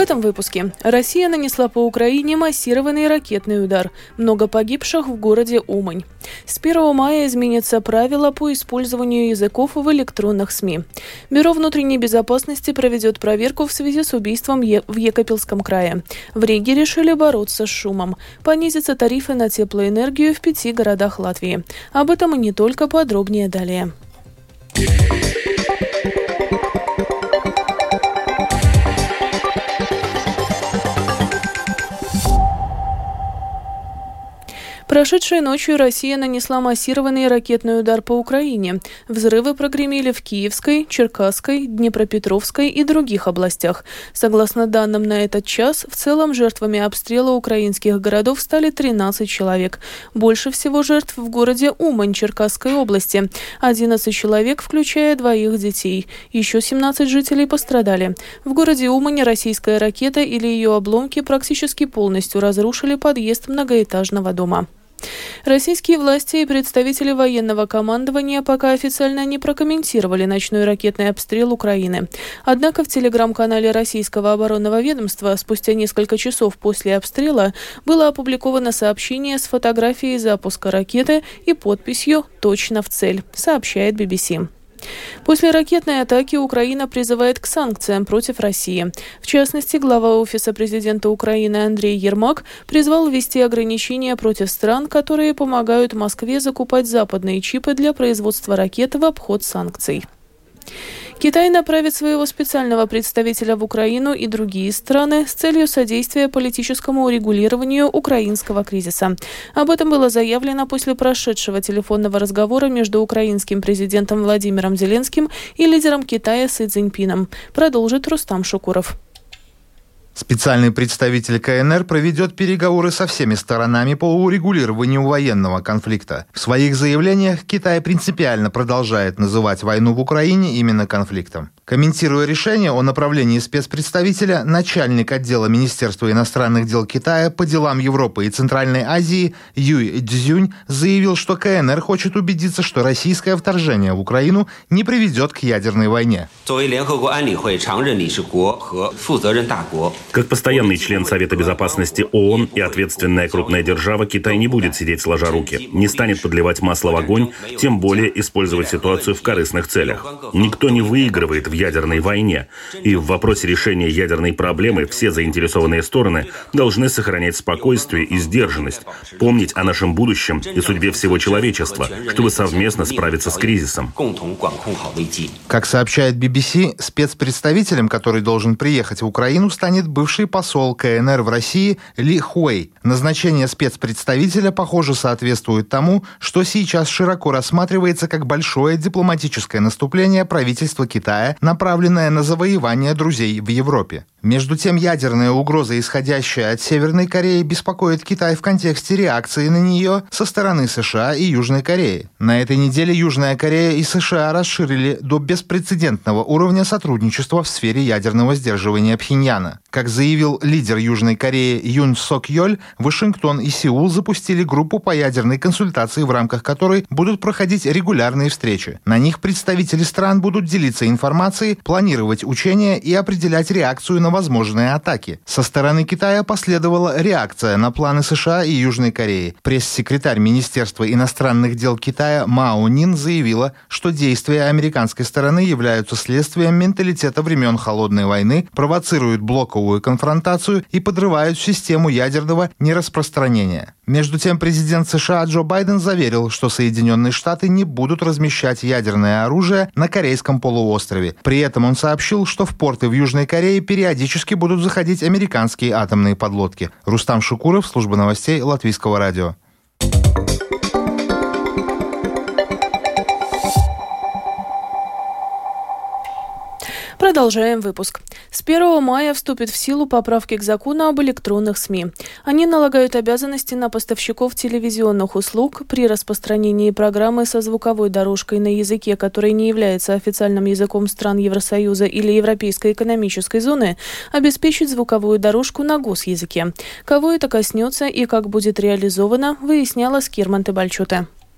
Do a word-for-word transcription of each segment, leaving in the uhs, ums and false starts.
этом выпуске. Россия нанесла по Украине массированный ракетный удар. Много погибших в городе Умань. С первого мая изменятся правила по использованию языков в электронных СМИ. Бюро внутренней безопасности проведет проверку в связи с убийством е- в Екапельском крае. В Риге решили бороться с шумом. Понизятся тарифы на теплоэнергию в пяти городах Латвии. Об этом и не только, подробнее далее. Прошедшей ночью Россия нанесла массированный ракетный удар по Украине. Взрывы прогремели в Киевской, Черкасской, Днепропетровской и других областях. Согласно данным на этот час, в целом жертвами обстрела украинских городов стали тринадцать человек. Больше всего жертв в городе Умань Черкасской области. одиннадцать человек, включая двоих детей. Еще семнадцать жителей пострадали. В городе Умань российская ракета или ее обломки практически полностью разрушили подъезд многоэтажного дома. Российские власти и представители военного командования пока официально не прокомментировали ночной ракетный обстрел Украины. Однако в телеграм-канале Российского оборонного ведомства спустя несколько часов после обстрела было опубликовано сообщение с фотографией запуска ракеты и подписью «Точно в цель», сообщает би би си. После ракетной атаки Украина призывает к санкциям против России. В частности, глава Офиса президента Украины Андрей Ермак призвал ввести ограничения против стран, которые помогают Москве закупать западные чипы для производства ракет в обход санкций. Китай направит своего специального представителя в Украину и другие страны с целью содействия политическому урегулированию украинского кризиса. Об этом было заявлено после прошедшего телефонного разговора между украинским президентом Владимиром Зеленским и лидером Китая Си Цзиньпином. Продолжит Рустам Шукуров. Специальный представитель ка эн эр проведет переговоры со всеми сторонами по урегулированию военного конфликта. В своих заявлениях Китай принципиально продолжает называть войну в Украине именно конфликтом. Комментируя решение о направлении спецпредставителя, начальник отдела Министерства иностранных дел Китая по делам Европы и Центральной Азии Юй Цзюнь заявил, что ка эн эр хочет убедиться, что российское вторжение в Украину не приведет к ядерной войне. Как постоянный член Совета Безопасности о о эн и ответственная крупная держава, Китай не будет сидеть сложа руки, не станет подливать масло в огонь, тем более использовать ситуацию в корыстных целях. Никто не выигрывает в ядерной войне, и в вопросе решения ядерной проблемы все заинтересованные стороны должны сохранять спокойствие и сдержанность, помнить о нашем будущем и судьбе всего человечества, чтобы совместно справиться с кризисом. Как сообщает би би си, спецпредставителем, который должен приехать в Украину, станет бывший посол ка эн эр в России Ли Хуэй. Назначение спецпредставителя, похоже, соответствует тому, что сейчас широко рассматривается как большое дипломатическое наступление правительства Китая, направленное на завоевание друзей в Европе. Между тем, ядерная угроза, исходящая от Северной Кореи, беспокоит Китай в контексте реакции на нее со стороны США и Южной Кореи. На этой неделе Южная Корея и США расширили до беспрецедентного уровня сотрудничества в сфере ядерного сдерживания Пхеньяна. Как заявил лидер Южной Кореи Юн Сок Йоль, Вашингтон и Сеул запустили группу по ядерной консультации, в рамках которой будут проходить регулярные встречи. На них представители стран будут делиться информацией, планировать учения и определять реакцию на возможные атаки. Со стороны Китая последовала реакция на планы США и Южной Кореи. Пресс-секретарь Министерства иностранных дел Китая Мао Нин заявила, что действия американской стороны являются следствием менталитета времен Холодной войны, провоцируют блоковую конфронтацию и подрывают систему ядерного нераспространения. Между тем, президент США Джо Байден заверил, что Соединенные Штаты не будут размещать ядерное оружие на Корейском полуострове. При этом он сообщил, что в порты в Южной Корее периодически будут заходить американские атомные подлодки. Рустам Шукуров, служба новостей Латвийского радио. Продолжаем выпуск. С первого мая вступят в силу поправки к закону об электронных СМИ. Они налагают обязанности на поставщиков телевизионных услуг при распространении программы со звуковой дорожкой на языке, который не является официальным языком стран Евросоюза или Европейской экономической зоны, обеспечить звуковую дорожку на госязыке. Кого это коснется и как будет реализовано, выясняла Скирман Тебальчуте.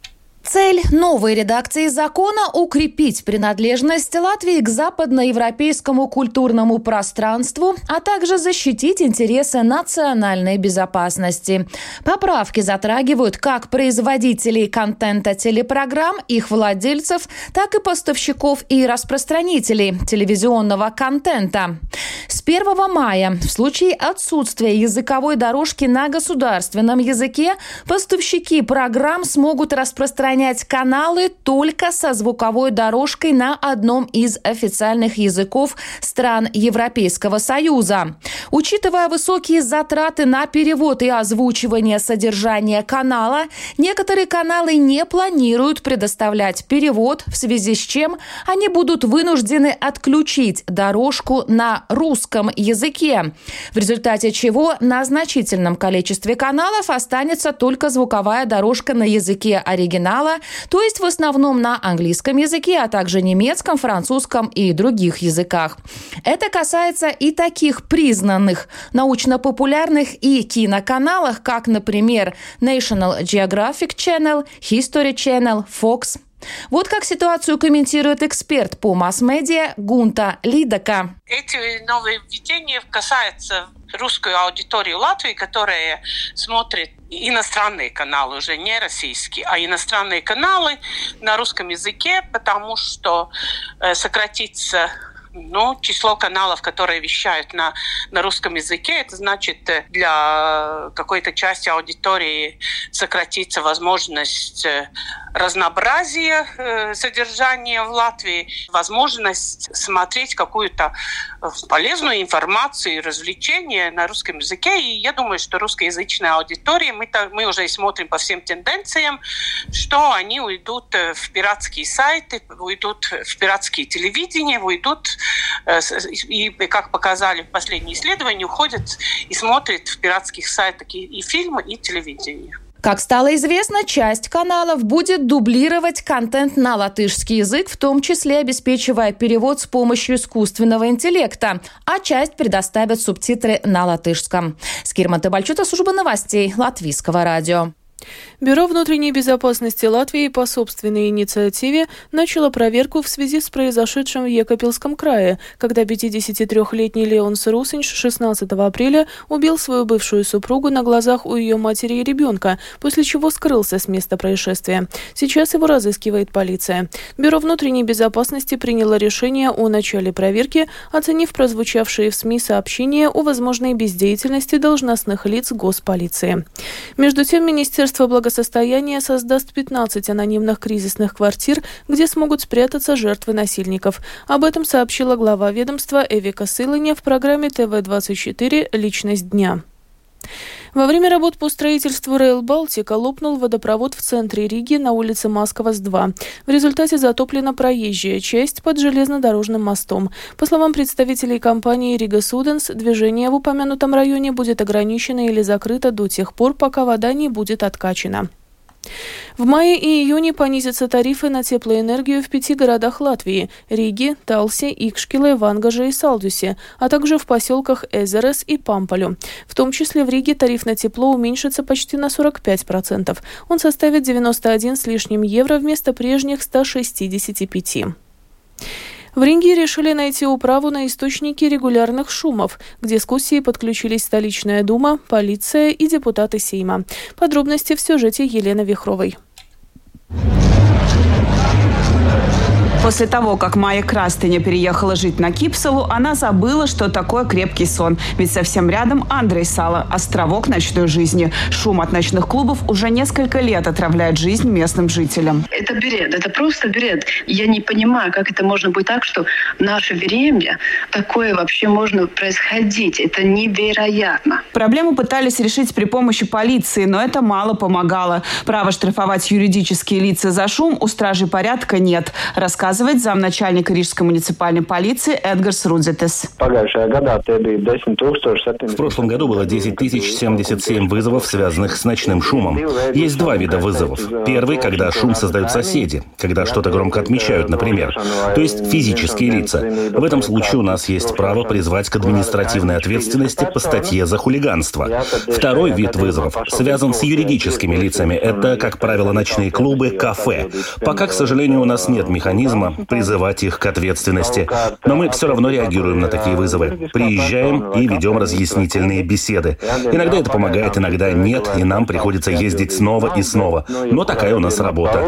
Цель новой редакции закона – укрепить принадлежность Латвии к западноевропейскому культурному пространству, а также защитить интересы национальной безопасности. Поправки затрагивают как производителей контента телепрограмм, их владельцев, так и поставщиков и распространителей телевизионного контента. С первого мая в случае отсутствия языковой дорожки на государственном языке поставщики программ смогут распространять каналы только со звуковой дорожкой на одном из официальных языков стран Европейского Союза. Учитывая высокие затраты на перевод и озвучивание содержания канала, некоторые каналы не планируют предоставлять перевод, в связи с чем они будут вынуждены отключить дорожку на русском языке, в результате чего на значительном количестве каналов останется только звуковая дорожка на языке оригинала, то есть в основном на английском языке, а также немецком, французском и других языках. Это касается и таких признанных научно-популярных и киноканалах, как, например, National Geographic Channel, History Channel, Fox. Вот как ситуацию комментирует эксперт по масс-медиа Гунта Лидака. Эти нововведения касаются русской аудитории Латвии, которая смотрит иностранные каналы, уже не российские, а иностранные каналы на русском языке, потому что э, сократится ну, число каналов, которые вещают на, на русском языке. Это значит, для какой-то части аудитории сократится возможность разнообразия э, содержания в Латвии, возможность смотреть какую-то полезную информацию и развлечения на русском языке. И я думаю, что русскоязычная аудитория, мы, мы уже смотрим по всем тенденциям, что они уйдут в пиратские сайты, уйдут в пиратские телевидения, уйдут и, как показали последние исследования, уходят и смотрят в пиратских сайтах и, и фильмы, и телевидение. Как стало известно, часть каналов будет дублировать контент на латышский язык, в том числе обеспечивая перевод с помощью искусственного интеллекта, а часть предоставят субтитры на латышском. Скирман Тебальчута, служба новостей Латвийского радио. Бюро внутренней безопасности Латвии по собственной инициативе начало проверку в связи с произошедшим в Екапельском крае, когда пятидесятитрёхлетний Леонс Русинш шестнадцатого апреля убил свою бывшую супругу на глазах у ее матери и ребенка, после чего скрылся с места происшествия. Сейчас его разыскивает полиция. Бюро внутренней безопасности приняло решение о начале проверки, оценив прозвучавшие в СМИ сообщения о возможной бездеятельности должностных лиц госполиции. Между тем, Министерство благосостояния создаст пятнадцать анонимных кризисных квартир, где смогут спрятаться жертвы насильников. Об этом сообщила глава ведомства Эвика Силыня в программе тэ вэ двадцать четыре «Личность дня». Во время работ по строительству Rail Baltica лопнул водопровод в центре Риги на улице Маскавас два. В результате затоплена проезжая часть под железнодорожным мостом. По словам представителей компании Riga Students, движение в упомянутом районе будет ограничено или закрыто до тех пор, пока вода не будет откачана. В мае и июне понизятся тарифы на теплоэнергию в пяти городах Латвии – Риге, Талсе, Икшкиле, Вангаже и Салдусе, а также в поселках Эзерес и Памполю. В том числе в Риге тариф на тепло уменьшится почти на сорок пять процентов. Он составит девяносто один с лишним евро вместо прежних ста шестидесяти пяти. В Риге решили найти управу на источники регулярных шумов. К дискуссии подключились столичная дума, полиция и депутаты Сейма. Подробности в сюжете Елены Вихровой. После того, как Майя Крастыня переехала жить на Кипсалу, она забыла, что такое крепкий сон. Ведь совсем рядом Андрей Сала – островок ночной жизни. Шум от ночных клубов уже несколько лет отравляет жизнь местным жителям. Это бред, это просто бред. Я не понимаю, как это можно быть так, что в наше время такое вообще можно происходить. Это невероятно. Проблему пытались решить при помощи полиции, но это мало помогало. Права штрафовать юридические лица за шум у стражей порядка нет, рассказывает рассказывает замначальника рижской муниципальной полиции Эдгарс Рудзетес. В прошлом году было десять тысяч семьдесят семь вызовов, связанных с ночным шумом. Есть два вида вызовов. Первый, когда шум создают соседи, когда что-то громко отмечают, например. То есть физические лица. В этом случае у нас есть право призвать к административной ответственности по статье за хулиганство. Второй вид вызовов связан с юридическими лицами. Это, как правило, ночные клубы, кафе. Пока, к сожалению, у нас нет механизма призывать их к ответственности. Но мы все равно реагируем на такие вызовы. Приезжаем и ведем разъяснительные беседы. Иногда это помогает, иногда нет, и нам приходится ездить снова и снова. Но такая у нас работа.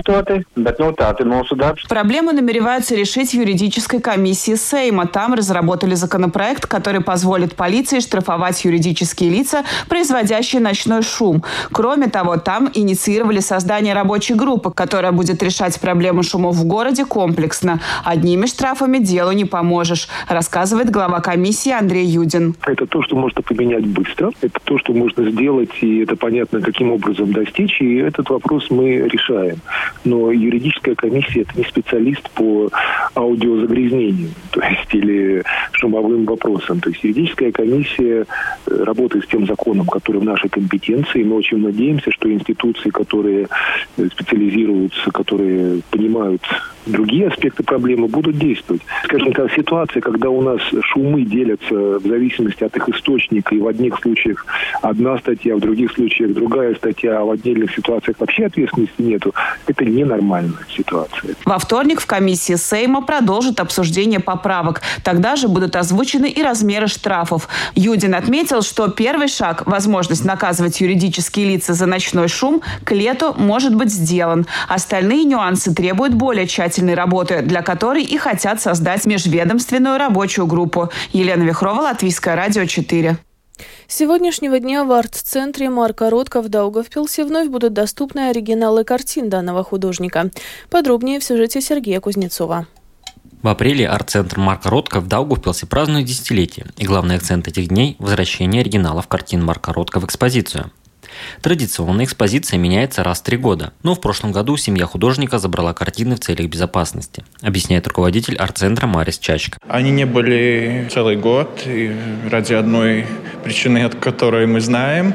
Проблему намереваются решить в юридической комиссии Сейма. Там разработали законопроект, который позволит полиции штрафовать юридические лица, производящие ночной шум. Кроме того, там инициировали создание рабочей группы, которая будет решать проблему шумов в городе комплексно. Одними штрафами делу не поможешь, рассказывает глава комиссии Андрей Юдин. Это то, что можно поменять быстро. Это то, что можно сделать, и это понятно, каким образом достичь. И этот вопрос мы решаем. Но юридическая комиссия – это не специалист по аудиозагрязнению, то есть или шумовым вопросам. То есть юридическая комиссия работает с тем законом, который в нашей компетенции. Мы очень надеемся, что институции, которые специализируются, которые понимают другие аспекты проблемы, будут действовать. Скажем так, ситуация, когда у нас шумы делятся в зависимости от их источника, и в одних случаях одна статья, в других случаях другая статья, а в отдельных ситуациях вообще ответственности нету, это ненормальная ситуация. Во вторник в комиссии Сейма продолжат обсуждение поправок. Тогда же будут озвучены и размеры штрафов. Юдин отметил, что первый шаг, возможность наказывать юридические лица за ночной шум, к лету может быть сделан. Остальные нюансы требуют более тщательной работы, для которой и хотят создать межведомственную рабочую группу. Елена Вихрова, Латвийское радио четыре. С сегодняшнего дня в арт-центре Марка Ротко в Даугавпилсе вновь будут доступны оригиналы картин данного художника. Подробнее в сюжете Сергея Кузнецова. В апреле арт-центр Марка Ротко в Даугавпилсе празднует десятилетие, и главный акцент этих дней – возвращение оригиналов картин Марка Ротко в экспозицию. Традиционно экспозиция меняется раз в три года, но в прошлом году семья художника забрала картины в целях безопасности, объясняет руководитель арт-центра Марис Чачка. Они не были целый год, и ради одной причины, от которой мы знаем,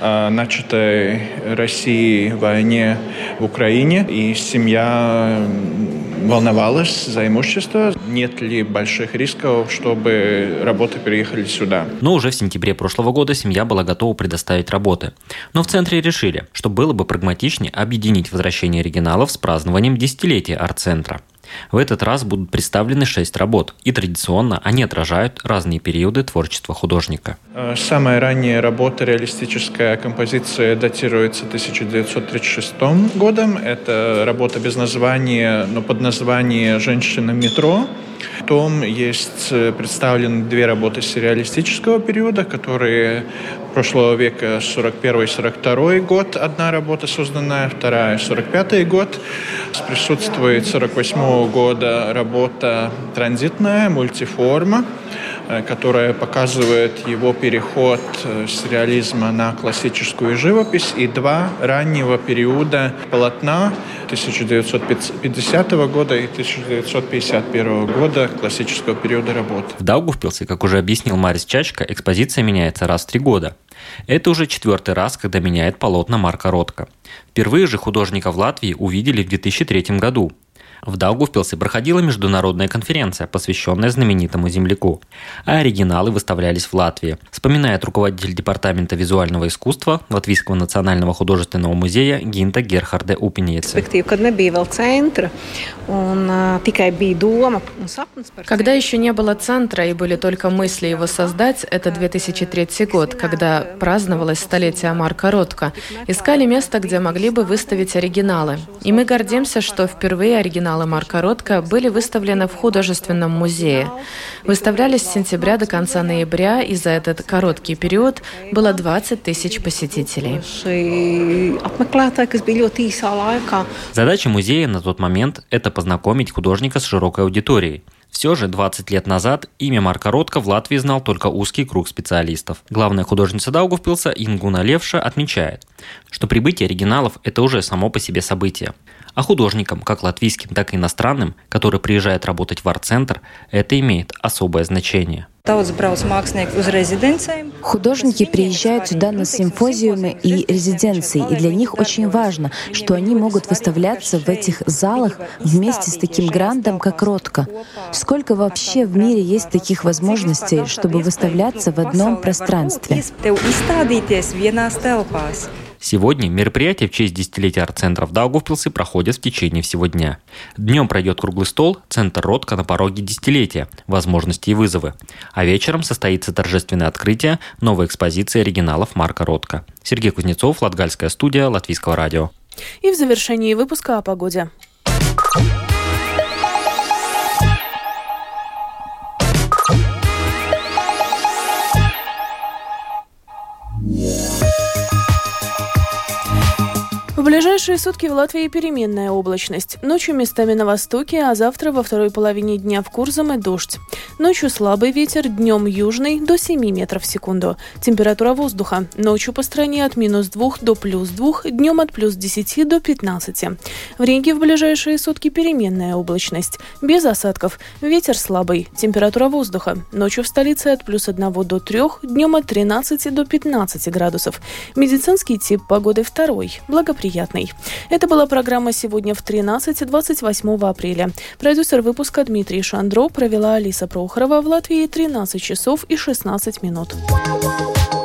начатой Россией войне в Украине, и семья волновалась за имущество. Нет ли больших рисков, чтобы работы переехали сюда? Но уже в сентябре прошлого года семья была готова предоставить работы. Но в центре решили, что было бы прагматичнее объединить возвращение оригиналов с празднованием десятилетия арт-центра. В этот раз будут представлены шесть работ, и традиционно они отражают разные периоды творчества художника. Самая ранняя работа, реалистическая композиция, датируется тысяча девятьсот тридцать шестым годом. Это работа без названия, но под названием «Женщина в метро». Потом есть представлены две работы сюрреалистического периода, которые прошлого века сорок первый сорок второй год. Одна работа созданная, вторая сорок пятый год. Присутствует сорок восьмого года работа транзитная, мультиформа, которая показывает его переход с реализма на классическую живопись, и два раннего периода полотна тысяча девятьсот пятидесятого года и тысяча девятьсот пятьдесят первого года классического периода работы. В Даугавпилсе, как уже объяснил Марис Чачка, экспозиция меняется раз в три года. Это уже четвертый раз, когда меняет полотна Марка Ротко. Впервые же художника в Латвии увидели в две тысячи третьем году. В Даугавпилсе проходила международная конференция, посвященная знаменитому земляку, а оригиналы выставлялись в Латвии, вспоминает руководитель департамента визуального искусства Латвийского национального художественного музея Гинта Герхарде Упиниеце. Когда еще не было центра и были только мысли его создать, это две тысячи третий год, когда праздновалось столетие Марка Ротко, искали место, где могли бы выставить оригиналы. И мы гордимся, что впервые оригиналы Марка Ротко были выставлены в художественном музее. Выставлялись с сентября до конца ноября, и за этот короткий период было двадцать тысяч посетителей. Задача музея на тот момент – это познакомить художника с широкой аудиторией. Все же двадцать лет назад имя Марка Ротко в Латвии знал только узкий круг специалистов. Главная художница Даугавпилса Ингуна Левша отмечает, что прибытие оригиналов – это уже само по себе событие. А художникам, как латвийским, так и иностранным, которые приезжают работать в арт-центр, это имеет особое значение. Художники приезжают сюда на симпозиумы и резиденции, и для них очень важно, что они могут выставляться в этих залах вместе с таким грандом, как Ротко. Сколько вообще в мире есть таких возможностей, чтобы выставляться в одном пространстве? Сегодня мероприятия в честь десятилетия арт-центра в Даугавпилсе проходят в течение всего дня. Днем пройдет круглый стол «Центр Ротко на пороге десятилетия. Возможности и вызовы». А вечером состоится торжественное открытие новой экспозиции оригиналов Марка Ротко. Сергей Кузнецов, Латгальская студия, Латвийского радио. И в завершении выпуска о погоде. В ближайшие сутки в Латвии переменная облачность. Ночью местами на востоке, а завтра во второй половине дня в Курзаме дождь. Ночью слабый ветер, днем южный до семи метров в секунду. Температура воздуха. Ночью по стране от минус двух до плюс двух, днем от плюс десяти до пятнадцати. В Риге в ближайшие сутки переменная облачность. Без осадков. Ветер слабый. Температура воздуха. Ночью в столице от плюс одного до трех, днем от тринадцати до пятнадцати градусов. Медицинский тип погоды второй. Благоприятный. Это была программа «Сегодня в тринадцать» двадцать восьмого апреля. Продюсер выпуска Дмитрий Шандро, провела Алиса Прохорова. В Латвии тринадцать часов и шестнадцать минут.